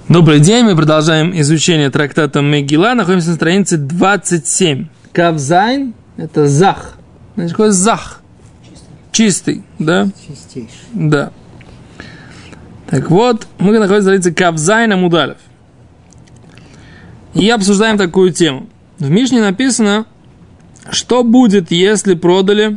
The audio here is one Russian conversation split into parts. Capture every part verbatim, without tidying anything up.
Добрый день, мы продолжаем изучение трактата Мегила. Находимся на странице двадцать семь. Кавзайн – это зах. Значит, какой зах? Чистый. Чистый, да? Чистейший. Да. Так вот, мы находимся на странице Кавзайн Амудалев. И обсуждаем такую тему. В Мишне написано, что будет, если продали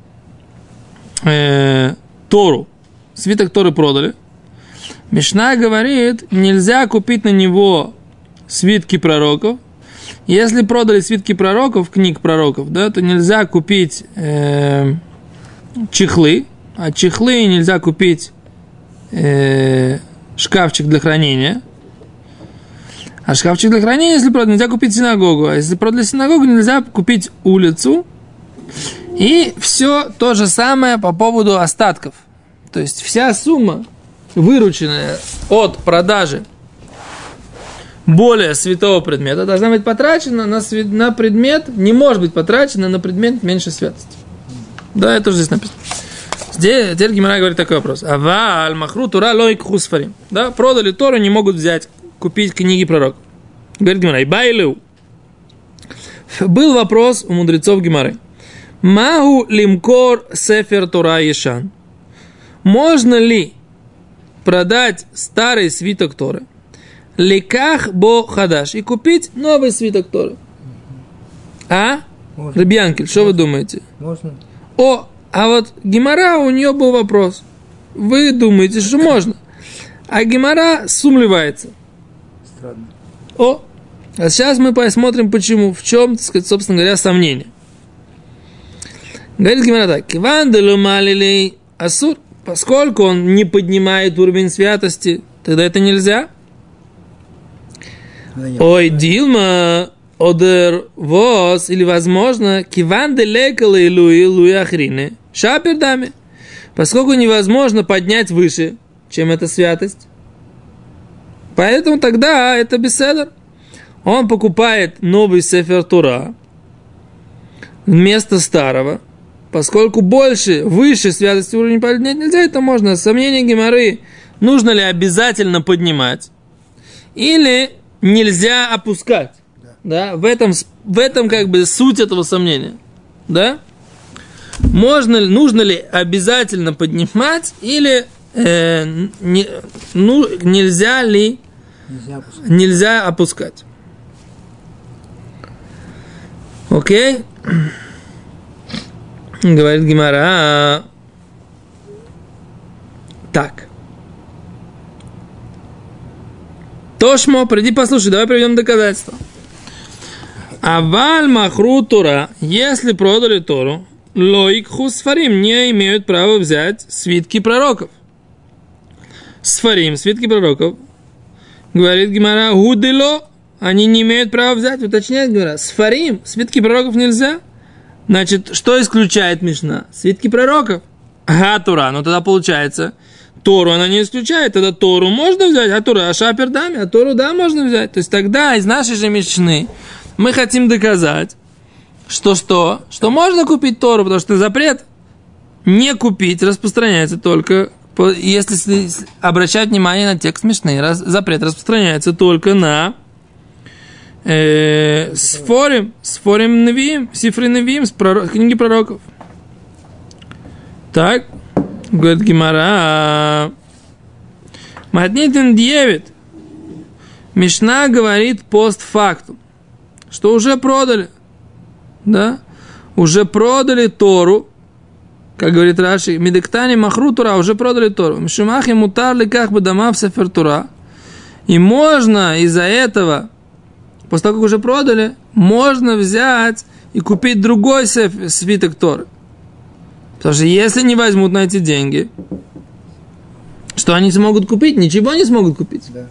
э, Тору. Свиток Торы продали. Мишна говорит, нельзя купить на него свитки пророков. Если продали свитки пророков, книг пророков, да, то нельзя купить э, чехлы, а чехлы нельзя купить э, шкафчик для хранения. А шкафчик для хранения, если продали, нельзя купить синагогу. А если продали синагогу, нельзя купить улицу. И все то же самое по поводу остатков. То есть вся сумма, вырученная от продажи более святого предмета, должна быть потрачена на, свя... на предмет, не может быть потрачена на предмет меньшей святости. Да, это уже здесь написано. Здесь, теперь Гемара говорит такой вопрос. Ава аль-махру тура лоик хусфарим. Да, продали Тору, не могут взять, купить книги пророков. Говорит Гемара, ибайлеу. Был вопрос у мудрецов Гемары. Мау лимкор сефер Тора ешан. Можно ли продать старый свиток Торы, леках бо хадаш, и купить новый свиток Торы? А? Раби Янкель, что вы думаете? Можно. О, а вот Гемара, у нее был вопрос. Вы думаете, что можно? А Гемара сумлевается. Странно. О, а сейчас мы посмотрим, почему, в чем, так сказать, собственно говоря, сомнение. Говорит Гемара так. Киван делумалилей асур. Поскольку он не поднимает уровень святости, тогда это нельзя. Ой, Дилма, Одер, Вос, или, возможно, Киван де лекала и Луи, Луи Ахрины, Шапердами. Поскольку невозможно поднять выше, чем эта святость. Поэтому тогда это беседер. Он покупает новый Сефер Тора вместо старого. Поскольку больше, выше святости уровень поднять нельзя, это можно. Сомнение Гемары, нужно ли обязательно поднимать, или нельзя опускать. Да. Да? В этом, в этом как бы суть этого сомнения. Да? Можно, нужно ли обязательно поднимать, или э, не, ну, нельзя ли нельзя опускать. Нельзя опускать. Окей? Говорит Гемара. Так. Тошмо, приди послушай, давай приведем доказательства. Аваль махру Тора, если продали Тору, лоик хусфарим, не имеют права взять свитки пророков. Сфарим, свитки пророков. Говорит Гемара, гудело, они не имеют права взять, уточняет Гемара. Сфарим, свитки пророков нельзя. Значит, что исключает Мишна? Свитки пророков. Ага, Тура. Ну, тогда получается, Тору она не исключает. Тогда Тору можно взять, а Тура, а шапердами, а Тору, да, можно взять. То есть тогда из нашей же Мишны мы хотим доказать, что что? Что можно купить Тору, потому что запрет не купить распространяется только, если обращать внимание на текст Мишны. Запрет распространяется только на... Э, сфорим, сфорим навиим, сифры навиим, пророк, книги пророков. Так, говорит Гемара. Матнитин девять. Мишна говорит постфактум, что уже продали, да, уже продали Тору, как говорит Раши, Медектани махру Тура, уже продали Тору. Мишумахи мутар ликах бадама в сефер Тура. И можно из-за этого, после того, как уже продали, можно взять и купить другой свиток Торы. Потому что если не возьмут на эти деньги, что они смогут купить? Ничего не смогут купить. Да.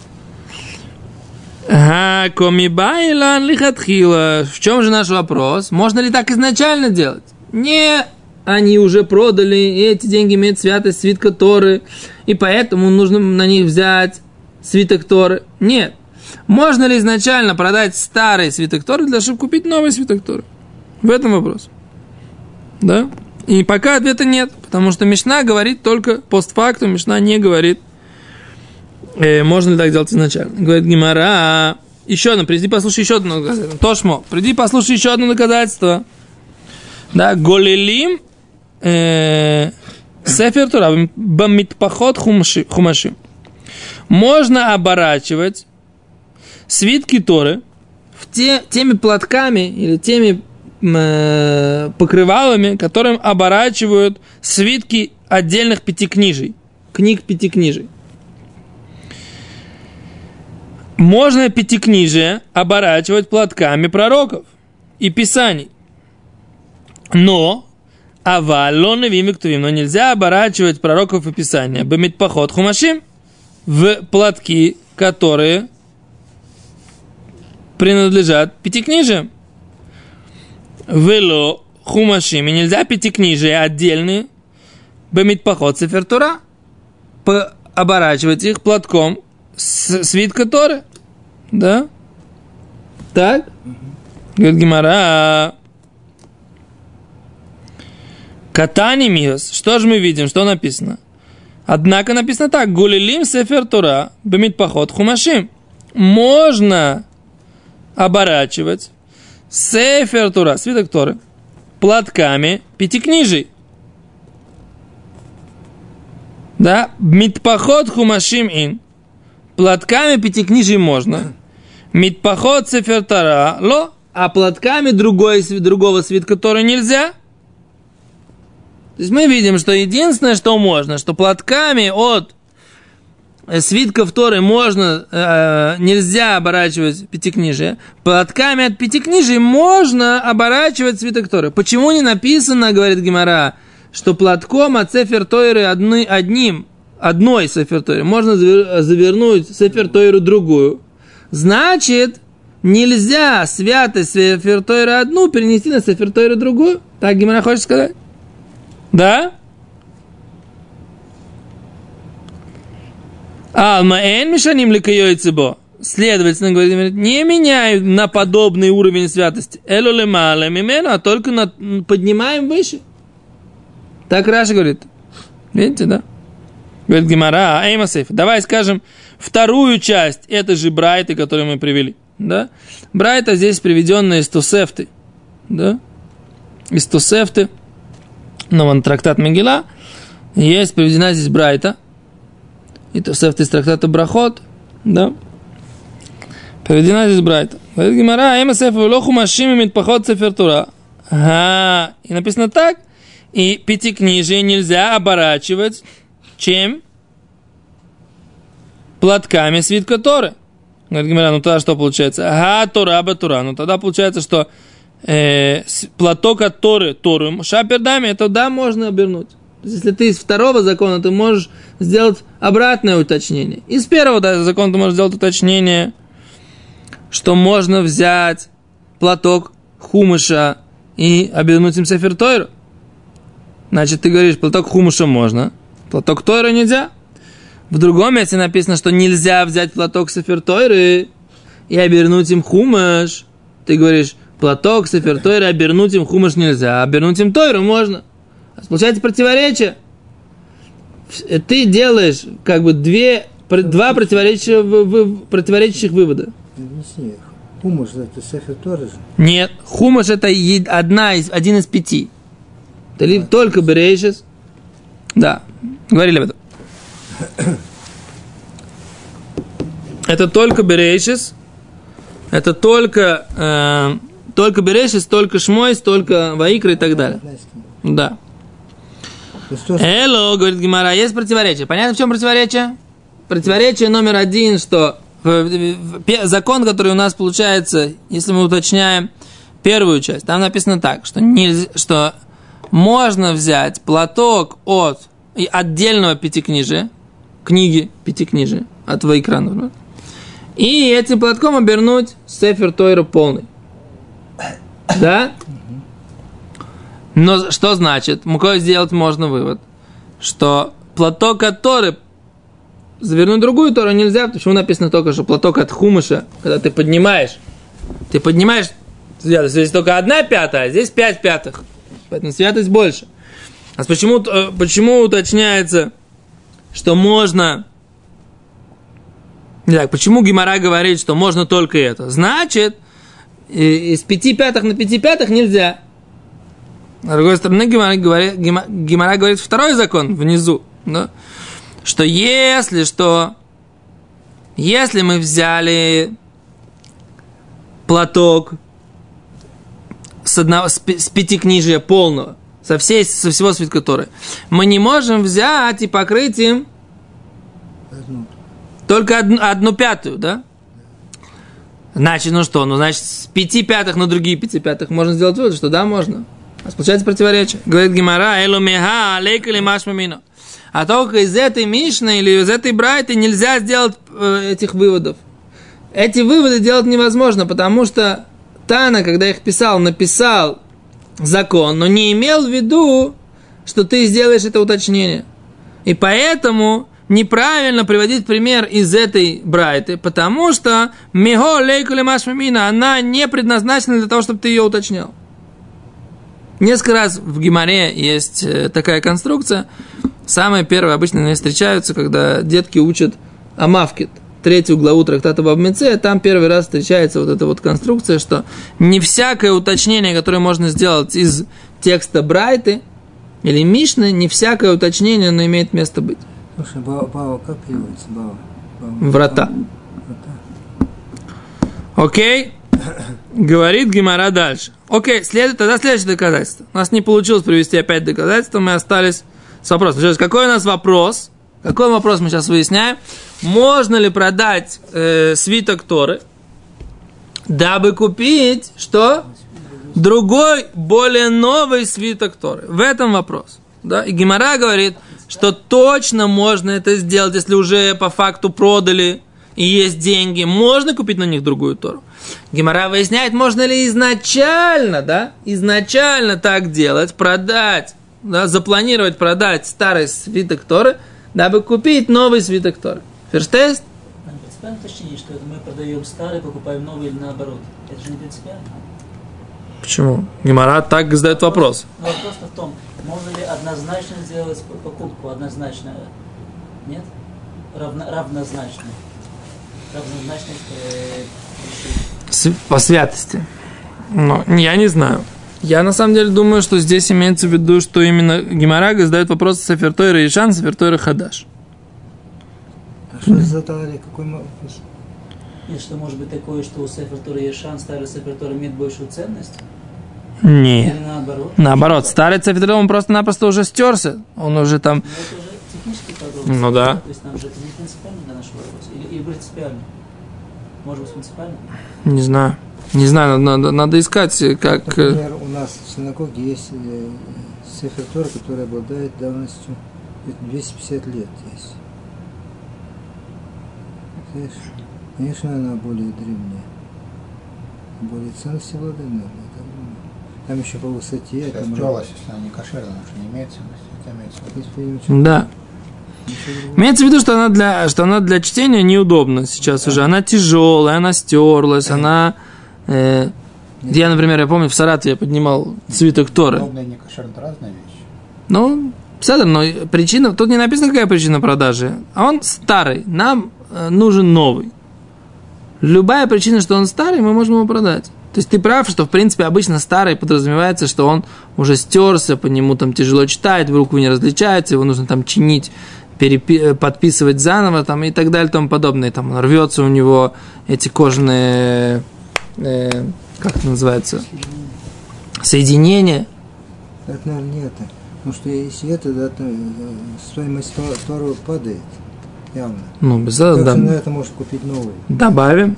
Ага, комибайлан лихатхила. В чем же наш вопрос? Можно ли так изначально делать? Не, они уже продали, и эти деньги имеют святость свитка Торы, и поэтому нужно на них взять свиток Торы. Нет. Можно ли изначально продать старый свиток Торы, для того, чтобы купить новый свиток Торы? В этом вопрос. Да? И пока ответа нет, потому что Мишна говорит только постфактум, Мишна не говорит Э, можно ли так делать изначально? Говорит Гемара. Еще одно, приди послушай еще одно доказательство. Тошмо, приди послушай еще одно доказательство. Да, голилим э, сефер Тора бамитпахот хумаши. Можно оборачивать свитки Торы в те, теми платками или теми э, покрывалами, которым оборачивают свитки отдельных пятикнижий, книг пятикнижий. Можно пятикнижие оборачивать платками пророков и писаний. Но, авалон и вимиктувим, но нельзя оборачивать пророков и писания бамитпахот хумашим в платки, которые принадлежат пятикнижиям. Вело хумашим, и нельзя пятикнижие отдельные бамитпахот сефер Тора оборачивать их платком с свитка Торы. Да? Так? Говорит Гемара. Катани миос. Что же мы видим? Что написано? Однако написано так. Гулилим сефер Тора бамитпахот хумашим. Можно оборачивать сефер Тора, свиток Торы, платками пятикнижий. Да? Митпахот хумашим ин. Платками пятикнижий можно. Митпахот сефер Тора ло. А платками другой, другого свитка Торы нельзя. То есть мы видим, что единственное, что можно, что платками от свитков Торы можно, э, нельзя оборачивать пятикнижие. Платками от пятикнижий можно оборачивать свиток Торы. Почему не написано, говорит Гемара, что платком от сефер Торы одни, одним, одной сефер Торы можно завернуть сефер Тору другую? Значит, нельзя святость сефер Торы одну перенести на сефер Тору другую. Так Гемара хочет сказать? Да? Алмаэн мишаним ликайойцебо. Следовательно, говорит, не меняют на подобный уровень святости. Эло лемале мимену, а только на, поднимаем выше. Так Раши говорит. Видите, да? Говорит Гемара, а эймасейф. Давай скажем вторую часть этой же брайты, которую мы привели. Да? Брайта здесь приведенная из Тосефты. Да? Из Тосефты. Но вон трактат Мегила. Есть приведена здесь брайта. И Тосефта из трактата Брахот. Да? Приведена здесь брайта. Говорит Гемара, эймасейф влоху машим имит пахот сефер Тора. Ага. И написано так. И пятикнижие нельзя оборачивать чем? Платками свитка Торы. Говорит Гемара, ну тогда что получается? Ага, Тора, аба Тора. Ну тогда получается, что э, платок от Торы, Тору, шапердами, это да, можно обернуть. То есть, если ты из второго закона, ты можешь сделать обратное уточнение. Из первого да, закона ты можешь сделать уточнение, что можно взять платок хумыша и обернуть им сефер Тору. Значит, ты говоришь, платок хумыша можно, платок Торы нельзя. В другом месте написано, что нельзя взять платок сефер Торы и обернуть им хумыш. Ты говоришь, платок сефер Торы обернуть им хумыш нельзя, а обернуть им Тору можно. Получается противоречие. Ты делаешь как бы две, два противоречивых, противоречащих вывода. Хумыш это сефер Торы же? Нет, хумыш это одна из, один из пяти. Это только берейшис. Да, говорили об этом. Это только берейшис. Это только э, только берейшис, только шмойс, только ваикра и так далее. Да. Эло, говорит Гемара, есть противоречие. Понятно, в чем противоречие? Противоречие номер один, что закон, который у нас получается, если мы уточняем первую часть, там написано так, что, нельзя, что можно взять платок от отдельного пятикнижия, книги пятикнижия, от Вайкра, например, и этим платком обернуть сефер Тойра полный. Да? Но что значит? Какой сделать можно вывод? Что платок от Торы завернуть другую Тору нельзя. Почему написано только, что платок от хумыша, когда ты поднимаешь, ты поднимаешь, здесь только одна пятая, а здесь пять пятых. Поэтому святость больше. А почему, почему уточняется, что можно Так, почему Гемара говорит, что можно только это? Значит, из пяти пятых на пяти пятых нельзя. С другой стороны, Гемара говорит, Гемара говорит второй закон внизу, да? Что если что, если мы взяли платок с, одного, с пятикнижия полного, со, всей, со всего свитка Торы, мы не можем взять и покрыть им одну. Только одну, одну пятую, да? Значит, ну что, ну значит, с пяти пятых на другие пяти пятых можно сделать вывод, что да, можно. А получается противоречие. Говорит Гемара, элу меха, алейка ли маш мамино. А только из этой Мишны или из этой Брайты нельзя сделать э, этих выводов. Эти выводы делать невозможно, потому что Тана, когда их писал, написал закон, но не имел в виду, что ты сделаешь это уточнение. И поэтому неправильно приводить пример из этой Брайты, потому что мего лейку ли маш мамино, она не предназначена для того, чтобы ты ее уточнял. Несколько раз в Гемаре есть такая конструкция. Самое первое, обычно они встречаются, когда детки учат Амавкит, третью главу трактата Бава Меция, там первый раз встречается вот эта вот конструкция, что не всякое уточнение, которое можно сделать из текста Брайты или Мишны, не всякое уточнение, оно имеет место быть. Слушай, Бава, Бава как переводится? Бава? Бава. Врата. Врата. Окей. Говорит Гемара дальше. Окей, след... тогда следующее доказательство. У нас не получилось привести опять доказательства, мы остались с вопросом. Сейчас, какой у нас вопрос? Какой вопрос мы сейчас выясняем? Можно ли продать э, свиток Торы, дабы купить, что? Другой, более новый свиток Торы. В этом вопрос. Да? И Гемара говорит, что точно можно это сделать, если уже по факту продали и есть деньги, можно купить на них другую Тору. Гемара выясняет, можно ли изначально, да, изначально так делать, продать, да, запланировать продать старый свиток Торы, дабы купить новый свиток Торы. Ферштест? Принципиально уточнение, что это мы продаем старый, покупаем новый или наоборот. Это же не принципиально. Почему? Гемара так задает вопрос. Но вопрос в том, можно ли однозначно сделать покупку, однозначно, нет? Равно, равнозначно. Равнозначность э, по святости. Но я не знаю. Я на самом деле думаю, что здесь имеется в виду, что именно Гемара задает вопрос Сефер Тойра Ишан, Сефер Тойра Хадаш. А что задали? Какой вопрос? И что может быть такое, что у Сефер Тойра Ишан старый Сефер Тойра имеет большую ценность? Нет. Или наоборот? Наоборот, старый Сефер Тойра, он просто-напросто уже стерся. Он уже там... Но это уже технический подробности. Ну да. То есть нам же это не принципиально для нашего вопроса. Или, или принципиально? Может быть, принципиально? Не знаю. Не знаю, надо, надо искать, как... Например, у нас в синагоге есть э, Сефер Тора, который обладает давностью двести пятьдесят лет. Есть. Знаешь, конечно, она более древняя. Более ценности обладает, наверное. Там еще по высоте. Там стерлась, если она не кошерная, она что не имеет ценности. Это имеется в виду. Да. Имеется в виду, что она для, что она для чтения неудобна сейчас да. уже. Она тяжелая, она стерлась, она... Э, я, например, я помню, в Саратове я поднимал свиток Торы. Удобная и не кошерная – это разная вещь. Ну, но причина... Тут не написано, какая причина продажи. А он старый. Нам э, нужен новый. Любая причина, что он старый, мы можем его продать. То есть ты прав, что в принципе обычно старый подразумевается, что он уже стерся, по нему там тяжело читать, в руку не различается, его нужно там чинить, перепи- подписывать заново там, и так далее и тому подобное. Там он рвется у него эти кожаные, э, как это называется, соединения. Это, наверное, не это. Потому что если это, да, то стоимость второго падает явно. Ну, без этого, да. На это может купить новый. Добавим.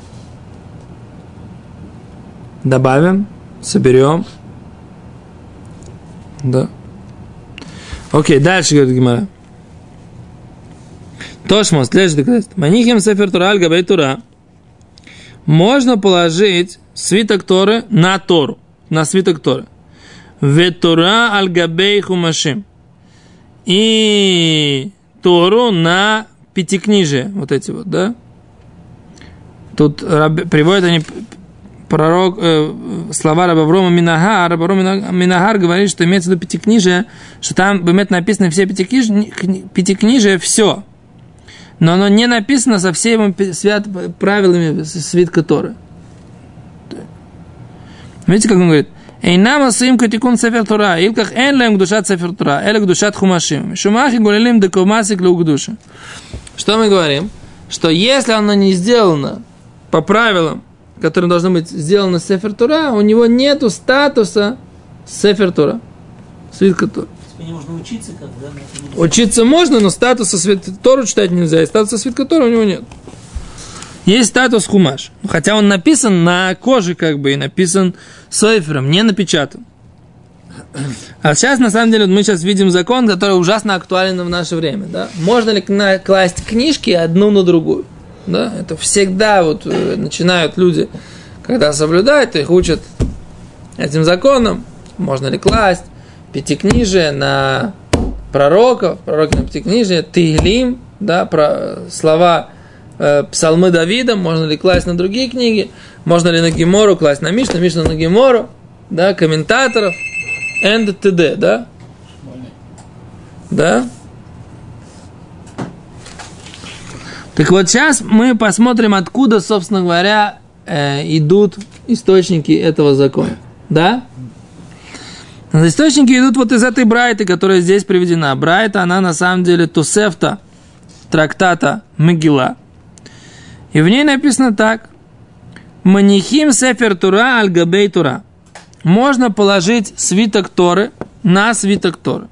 Добавим, соберем. Да. Окей, дальше говорит Гемара. Тошмо, следующий доказательство. Манихим сефер Тора аль габей Тора. Можно положить свиток Торы на Тору, на свиток Торы. Ве Тора аль габей хумашим. И Тору на пятикнижие, вот эти вот, да? Тут приводят они пророк, э, слова раба Аврома Минагар. Раба Аврома Минагар говорит, что имеется в виду пятикнижие, что там написано все пятикнижие, пятикнижие все. но оно не написано со всеми свят... правилами свитка Торы. Видите, как он говорит? Эйнам асуим катикун сефер Тора, илках эн лэм гдушат сефер Тора, элэ гдушат хумашим. Шумахи гулелим декумасик леугдуша. Что мы говорим? Что если оно не сделано по правилам, которые должны быть сделаны сефер Тора, у него нету статуса сефер Тора, свитка Тора. Мне можно учиться как, да? Учиться можно, но статуса свитка Тору читать нельзя, и статуса свитка Тора у него нет. Есть статус хумаш, хотя он написан на коже, как бы, и написан сефером, не напечатан. А сейчас, на самом деле, мы сейчас видим закон, который ужасно актуален в наше время. Да? Можно ли класть книжки одну на другую? Да? Это всегда вот начинают люди, когда соблюдают, их учат этим законам. Можно ли класть пятикнижие на пророков, пророки на пятикнижие, Тиглим, да, про слова э, псалмы Давида, можно ли класть на другие книги, можно ли на Гемору класть на Мишну, Мишну на Гемору, да, комментаторов, and т.д., да? Да? Так вот, сейчас мы посмотрим, откуда, собственно говоря, э, идут источники этого закона. Да? Источники идут вот из этой брайты, которая здесь приведена. Брайта, она на самом деле тусефта трактата Мегила. И в ней написано так. Манихим сефер Тура аль-габей Тура. Можно положить свиток Торы на свиток Торы.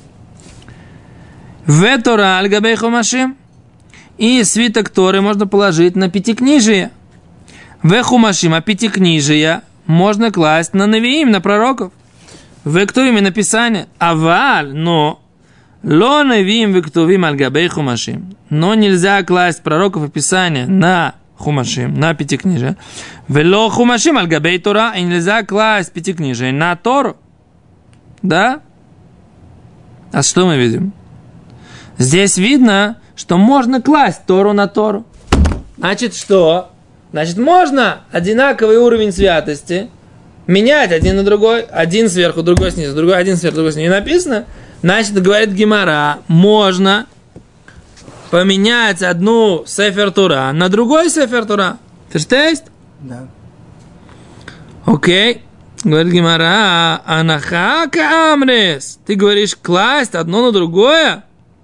В Тора аль-габей хумашим. И свиток Торы можно положить на пятикнижие. В хумашим, а пятикнижие можно класть на навиим, на пророков. В ктувим написание. Аваль, но ло навиим в ктувим аль-габей хумашим. Но нельзя класть пророков и писания на хумашим, на пятикнижие. Вело хумашим аль-габей Тора. И нельзя класть пятикнижие на Тору. Да? А что мы видим? Здесь видно, что можно класть Тору на Тору. Значит, что? Значит, можно одинаковый уровень святости менять один на другой, один сверху, другой снизу, другой, один сверху, другой снизу. Не написано? Значит, говорит Гемара, можно поменять одну сефер Тура на другой сефер Тура. Verstehst? Да. Окей. Говорит Гемара, анаха каамрес. Ты говоришь класть одно на другое?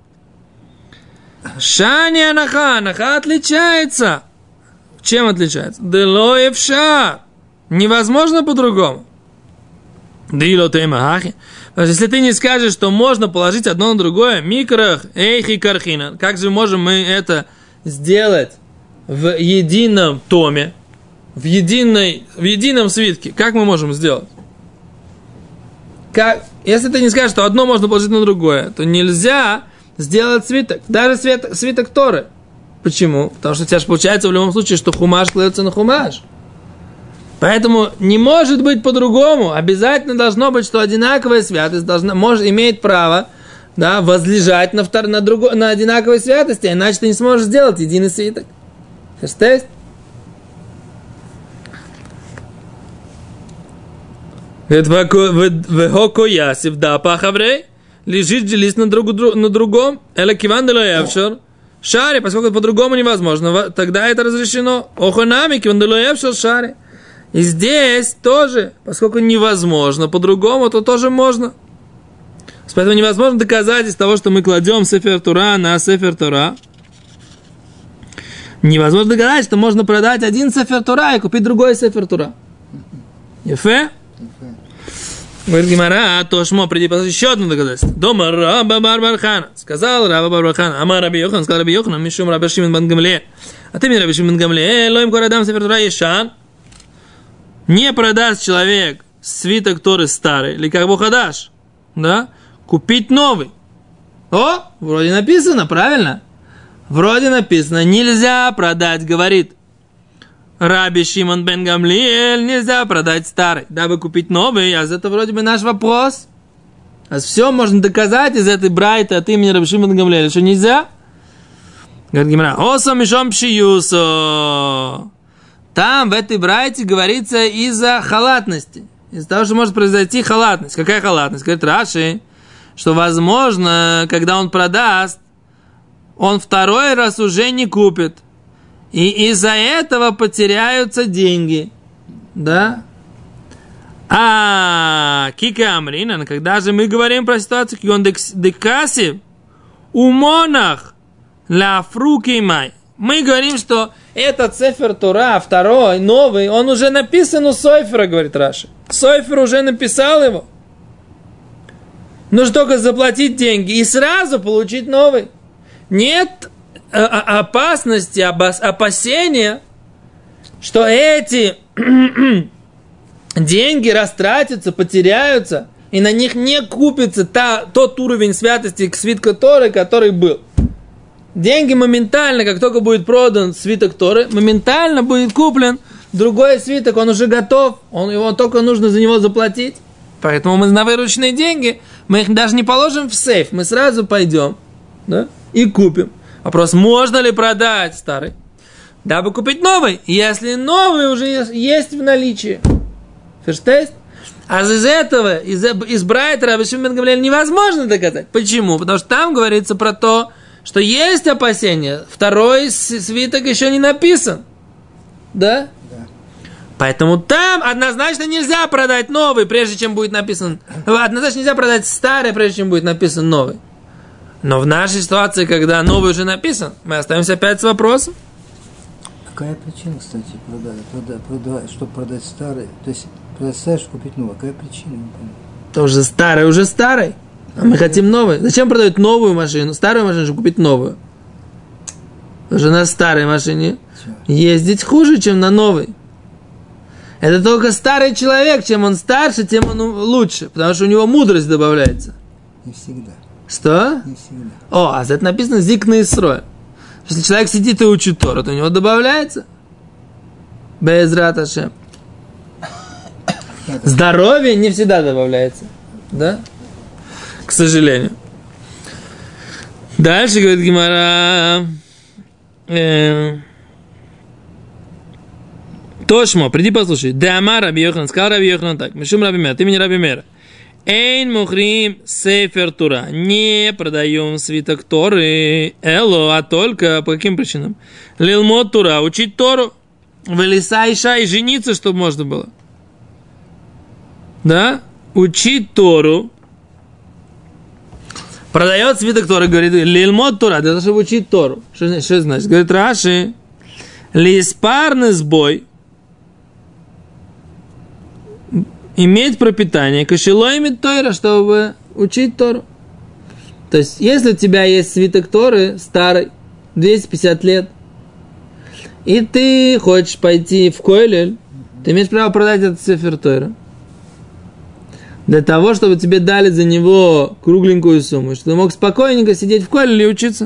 Шани анаха. Анаха отличается. Чем отличается? Дело евшар. Невозможно по-другому. Дило теймахи. Если ты не скажешь, что можно положить одно на другое, микрах, эйхи кархина, как же можем мы это сделать в едином томе, в, единой, в едином свитке? Как мы можем сделать? Как? Если ты не скажешь, что одно можно положить на другое, то нельзя сделать свиток, даже свиток, свиток Торы. Почему? Потому что у тебя же получается в любом случае, что хумаш кладется на хумаш. Поэтому не может быть по-другому. Обязательно должно быть, что одинаковая святость должна, может, имеет право, да, возлежать на, втор, на, друго, на одинаковой святости, иначе ты не сможешь сделать единый свиток. Verstehst? Вехокоясив да пахаврей. Лежит же лист на, друг, на другом. Эла киван де лоевшер. Шаре, поскольку по-другому невозможно, тогда это разрешено. Охонами киван де лоевшер шаре. И здесь тоже, поскольку невозможно по-другому, то тоже можно. Поэтому невозможно доказать из того, что мы кладем сефер Тора на сефер Тора. Невозможно доказать, что можно продать один сефер Тора и купить другой сефер Тора. Ефе? Говорит Гемара, а то шмо, приди, послушай, еще одно доказательство. Дома Раба Бар-Бар-Хана. Сказал Раба Бар-Бар-Хана. Ама Раби Йохан, сказал Раби Йохан, Мишум Раби Шимон бен Гамлиэль. А ты мне Раби Шимон бен Гамлиэль, лоим корадам сефер Тора ешан. Не продаст человек свиток Торы старый, или как бухадаш, да, купить новый. О, вроде написано, правильно? Вроде написано, нельзя продать, говорит Раби Шимон бен Гамлиэль, нельзя продать старый, дабы купить новый. А это вроде бы наш вопрос. А все можно доказать из этой брайты от имени Раби Шимон бен Гамлиэля, что нельзя. Говорит Гемара, осо мишом пшиюсо. Там, в этой брайте, говорится из-за халатности. Из-за того, что может произойти халатность. Какая халатность? Говорит Раши, что, возможно, когда он продаст, он второй раз уже не купит. И из-за этого потеряются деньги. Да? А Кика Амрина, когда же мы говорим про ситуацию, как он декаси, умонах, ля фруки май. Мы говорим, что этот Сефер Тора, второй, новый, он уже написан у Сойфера, говорит Раши. Сойфер уже написал его. Нужно только заплатить деньги и сразу получить новый. Нет опасности, опасения, что эти деньги растратятся, потеряются, и на них не купится та, тот уровень святости к свитку Торы, который был. Деньги моментально, как только будет продан свиток Торы, моментально будет куплен другой свиток, он уже готов, он, его только нужно за него заплатить. Поэтому мы на вырученные деньги, мы их даже не положим в сейф, мы сразу пойдем, да, и купим. Вопрос, можно ли продать старый, дабы купить новый, если новый уже есть в наличии. Ферштейст? А из этого, из, из Брайтера, Раби Шимон бен Гамлиэль невозможно доказать. Почему? Потому что там говорится про то, что есть опасения. Второй свиток еще не написан. Да? Да. Поэтому там однозначно нельзя продать новый, прежде чем будет написан. Однозначно нельзя продать старый, прежде чем будет написан новый. Но в нашей ситуации, когда новый уже написан, мы остаемся опять с вопросом. Какая причина, кстати, продать, продать, продать, чтобы продать старый? То есть продать старый, чтобы купить новый. Какая причина? Тоже старый, уже старый. А мы хотим новый. Зачем продать новую машину, старую машину, чтобы купить новую? Потому что на старой машине ездить хуже, чем на новой. Это только старый человек. Чем он старше, тем он лучше. Потому что у него мудрость добавляется. Не всегда. Что? Не всегда. О, а это написано «Зик на Исрой». Если человек сидит и учит Тору, то у него добавляется Безрат Ашем. Здоровье не всегда добавляется. Да? К сожалению. Дальше говорит Гемара. Э, Тошмо, приди послушай. Деама Раби Йохан, сказал Раби Йохан так. Мишум Раби Мера, ты имени Раби Мера. Эйн мухрим сефер Тура. Не продаем свиток Торы. Эло, а только по каким причинам? Лилмот Тура, учить Тору. Велиса иша и жениться, чтобы можно было. Да? Учить Тору. Продает свиток Торы, говорит, лилмот Тура, для того, чтобы учить Тору. Что, что это значит? Говорит Раши, лиспарный сбой, иметь пропитание, кошело иметь Тора, чтобы учить Тору. То есть, если у тебя есть свиток Торы, старый, двести пятьдесят лет, и ты хочешь пойти в Койлель, ты имеешь право продать этот сефер Тора. Для того, чтобы тебе дали за него кругленькую сумму, чтобы ты мог спокойненько сидеть в Койлеле и учиться.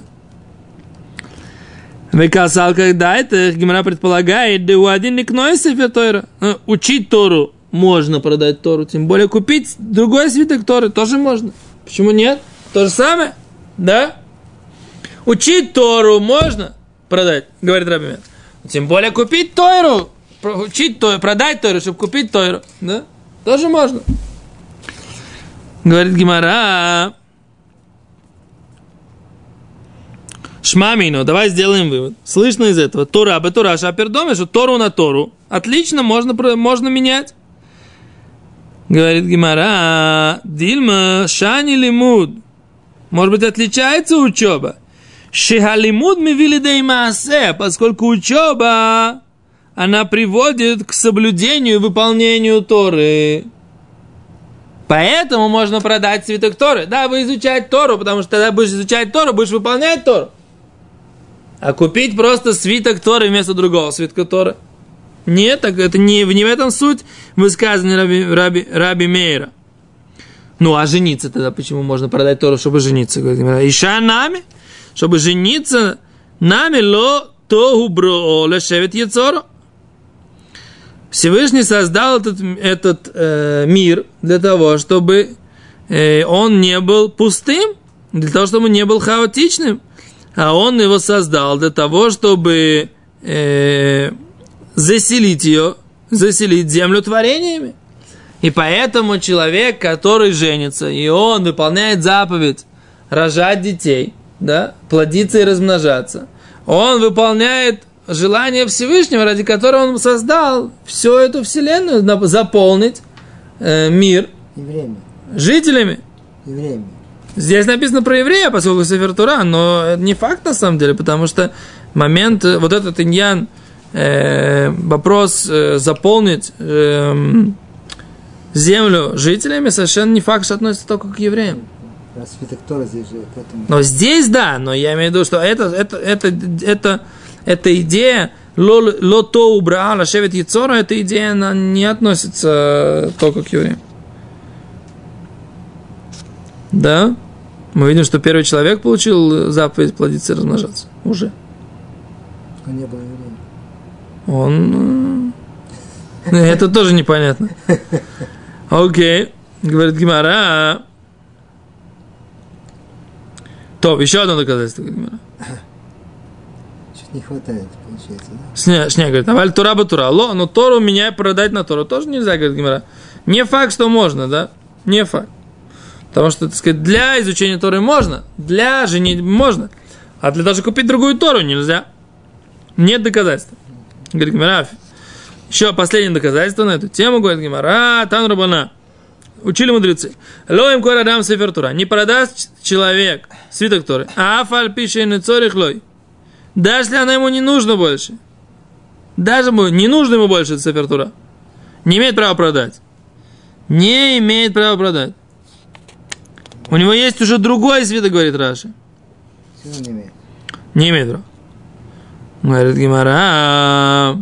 Векасал, когда это, Гемара предполагает, да у один никной сефер Тора. Учить Тору можно продать Тору, тем более купить другой свиток Торы тоже можно. Почему нет? То же самое, да? Учить Тору можно продать, говорит Раби Мер. Тем более купить Тору, учить Тору, продать Тору, чтобы купить Тору, да? Тоже можно. Говорит Гемара. Шмамину, давай сделаем вывод. Слышно из этого? Тора, бетура, шапердоме, что Тору на Тору. Отлично, можно, можно менять. Говорит Гемара. Дильма, шани лимуд. Может быть, отличается учеба? Шехалимуд мивилидей маасе, поскольку учеба, она приводит к соблюдению и выполнению Торы. Поэтому можно продать свиток Торы. Да, вы изучать Тору, потому что тогда будешь изучать Тору, будешь выполнять Тору. А купить просто свиток Торы вместо другого свитка Торы. Нет, так это не, не в этом суть высказывания Раби, Раби, Раби Мейра. Ну, а жениться тогда почему можно продать Тору, чтобы жениться? Иша нами, чтобы жениться нами ло тогу бро лешевет яцору. Всевышний создал этот, этот э, мир для того, чтобы э, он не был пустым, для того, чтобы он не был хаотичным, а он его создал для того, чтобы э, заселить ее, заселить землю творениями. И поэтому человек, который женится, и он выполняет заповедь рожать детей, да, плодиться и размножаться. Он выполняет желание Всевышнего, ради которого он создал всю эту вселенную, заполнить э, мир И время. жителями. И время. Здесь написано про еврея, поскольку Сефер Тора, но это не факт на самом деле, потому что момент, вот этот иньян, э, вопрос э, заполнить э, землю жителями, совершенно не факт, что относится только к евреям. Свиток Тора здесь же к этому. Но здесь да, но я имею в виду, что это, это, это, это, эта идея лото убрала шевет яцора, эта идея она не относится только к евреям. Да? Мы видим, что первый человек получил заповедь плодиться и размножаться. Уже. Он не был евреем. Он... Это тоже непонятно. Окей. Говорит Гемара. То, еще одно доказательство. Чуть не хватает, получается, да? Шня, шня говорит, аваль тура ба тура. Ло, но Тору меня продать на Тору тоже нельзя, говорит Гемара. Не факт, что можно, да? Не факт. Потому что, так сказать, для изучения Торы можно, для женитьбы можно, а для даже купить другую Тору нельзя. Нет доказательств. Говорит Гемара. Еще последнее доказательство на эту тему, говорит Гемара. Тан Рабана. Учили мудрецы. Лоим кор адам сефер Тора. Не продаст человек свиток Торы. Афаль пише не цорих лой. Даже если она ему не нужна больше. Даже не нужно ему больше сефер Тора. Не имеет права продать. Не имеет права продать. У него есть уже другой свиток, говорит Раши. Все не имеет. Не имеет права. Говорит Гемара.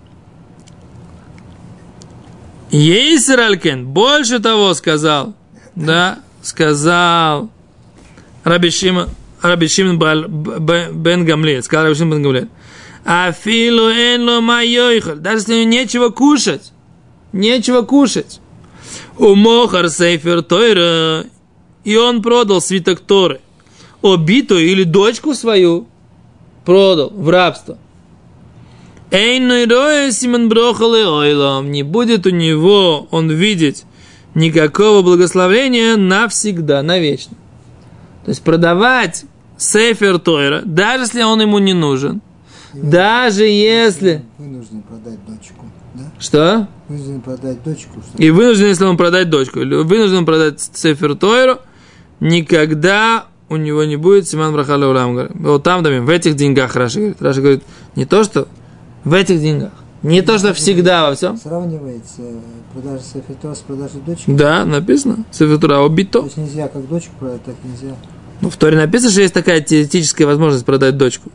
Ейсер Алькен, больше того сказал, да, сказал Раби Шимон, Раби Шимон бен Гамлиэль, сказал Раби Шимон бен Гамлиэль, афилу энло майойхаль, даже если ему нечего кушать, нечего кушать, умохар сейфер Тойра, и он продал свиток Торы, обитую или дочку свою продал в рабство. Не будет у него он видеть никакого благословения навсегда, навечно. То есть продавать Сефер Тойра, даже если он ему не нужен, и даже если... Вынужден продать дочку, да? Что? Вынужден продать дочку. Чтобы... И вынужден, если он продать дочку, или вынужден продать Сефер Тойру, никогда у него не будет Симан Браха Леулам. Вот там, в этих деньгах, Раши говорит. Раши говорит, не то, что в этих деньгах. Не то, что всегда во всем. Сравнивается продажа Сефер Тора с продажей дочки? Да, написано. Сефер Тора обито. То есть нельзя как дочку продать, так нельзя. Ну, в Торе написано, что есть такая теоретическая возможность продать дочку.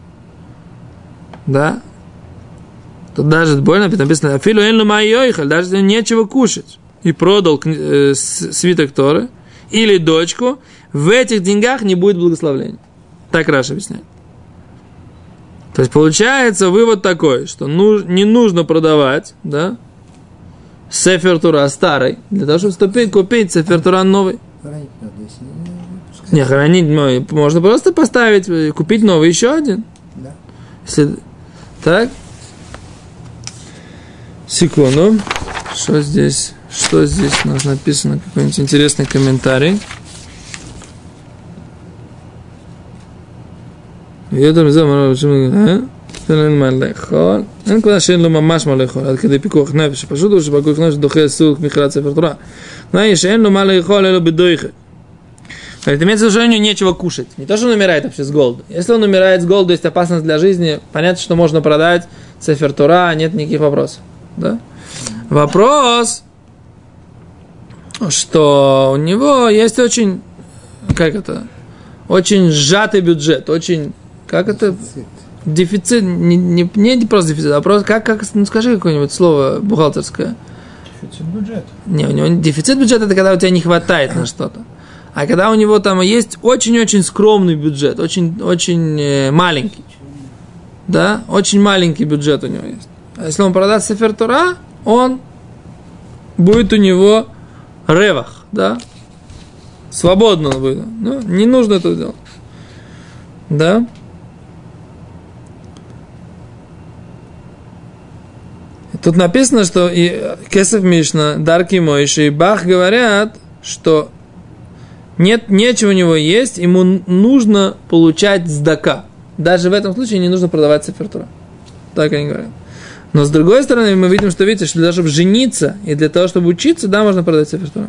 Да. Тут даже больно написано, афилу энлу майойхаль, даже если нечего кушать. И продал э, свиток Торы или дочку, в этих деньгах не будет благословения. Так Раша объясняет. То есть получается вывод такой, что нуж, не нужно продавать, да, Сефер Тора старый, для того, чтобы вступить, купить Сефер Тора новый. Хранить надо, если не выпускать. Не, хранить, ну, можно просто поставить, купить новый, еще один. Да. Если, так. Секунду. Что здесь, что здесь у нас написано, какой-нибудь интересный комментарий. ויותר מזה אמר רבי שמעון, אין מה לאכול, אין נקודה שאין לו ממש מה לאכול, עד כדי פיקוח נפש, פשוט הוא שפיקוח נפש דוחה סוג מכירת ספר תורה. תנאי שאין לו מה לאכול, אלא בדויכה. Это имеется в виду, что у него нечего кушать. Не то, что он умирает вообще с голоду. Если он умирает с голоду, есть опасность для жизни, понятно, что можно продать Сефер Тора, нет никаких вопросов. Да? Вопрос, что у него есть очень, как это, очень сжатый бюджет, очень... Как это? Дефицит. Дефицит, не, не, не просто дефицит, а просто, как, как, ну скажи какое-нибудь слово бухгалтерское. Дефицит бюджета. Не, у него дефицит бюджета, это когда у тебя не хватает на что-то. А когда у него там есть очень-очень скромный бюджет, очень, очень э, маленький. Да? Очень маленький бюджет у него есть. А если он продаст Сефер Тора, он будет у него ревах, да? Свободно он будет. Ну, не нужно это делать. Да? Тут написано, что и Кесов Мишна, Дарки Мойши и Бах говорят, что Нет, нечего у него есть, ему нужно получать сдака. Даже в этом случае не нужно продавать сефер Тора. Так они говорят. Но с другой стороны, мы видим, что, видите, что для того, чтобы жениться и для того, чтобы учиться, да, можно продать сефер Тора.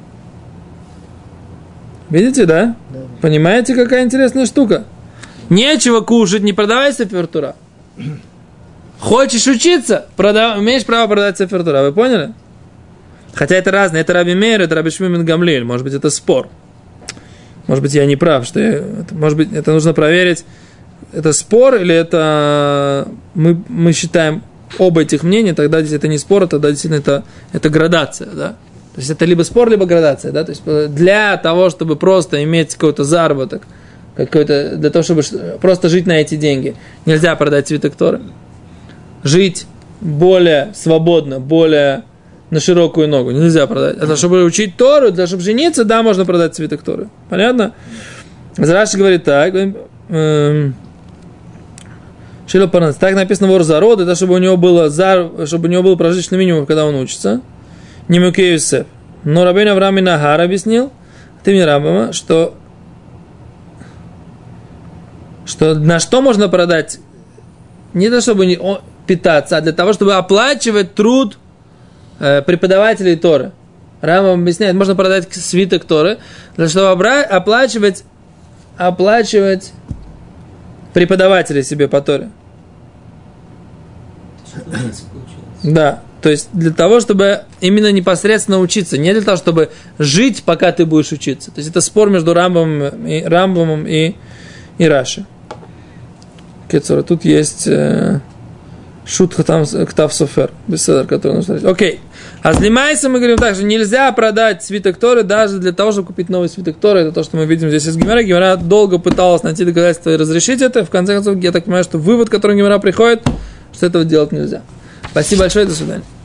Видите, да? Да. Понимаете, какая интересная штука? Нечего кушать, не продавай сефер Тора. Хочешь учиться, продав... имеешь право продать сефер Тора. Вы поняли? Хотя это разное. Это Раби Мейр, это Раби Шмуэль бен Гамлиэль. Может быть, это спор. Может быть, я не прав. Что я... Может быть, это нужно проверить. Это спор или это мы, мы считаем оба этих мнения, тогда это не спор, тогда действительно это, это градация, да? То есть это либо спор, либо градация, да? То есть для того, чтобы просто иметь какой-то заработок, какой-то, для того, чтобы просто жить на эти деньги, нельзя продать свиток Торы. Жить более свободно, более на широкую ногу нельзя продать. А чтобы учить Тору, для того, чтобы жениться, да, можно продать свиток Торы. Понятно? Раши говорит так, эм, так написано вор за род, это чтобы у него было зар, чтобы у него был прожиточный минимум, когда он учится. Не Мукей Юсеф. Но Рабейн Авраам бен Нахар объяснил, ты мне Рамбама, что, что на что можно продать, не для того, чтобы не питаться, а для того, чтобы оплачивать труд э, преподавателей Торы. Рамбам объясняет, можно продать свиток Торы, для того, чтобы обра- оплачивать, оплачивать преподавателей себе по Торе. Да, то есть для того, чтобы именно непосредственно учиться, не для того, чтобы жить, пока ты будешь учиться. То есть это спор между Рамбамом и, Рамбамом и, и Раши. Кецора, тут есть э, шутка там Ктав Софер, беседер, который нужно смотреть. Окей. А с Лимайсом мы говорим так, что нельзя продать свиток Торы даже для того, чтобы купить новый свиток Торы. Это то, что мы видим здесь из Гемара. Гемара долго пыталась найти доказательства и разрешить это. В конце концов, я так понимаю, что вывод, к которому Гемара приходит, что этого делать нельзя. Спасибо большое, до свидания.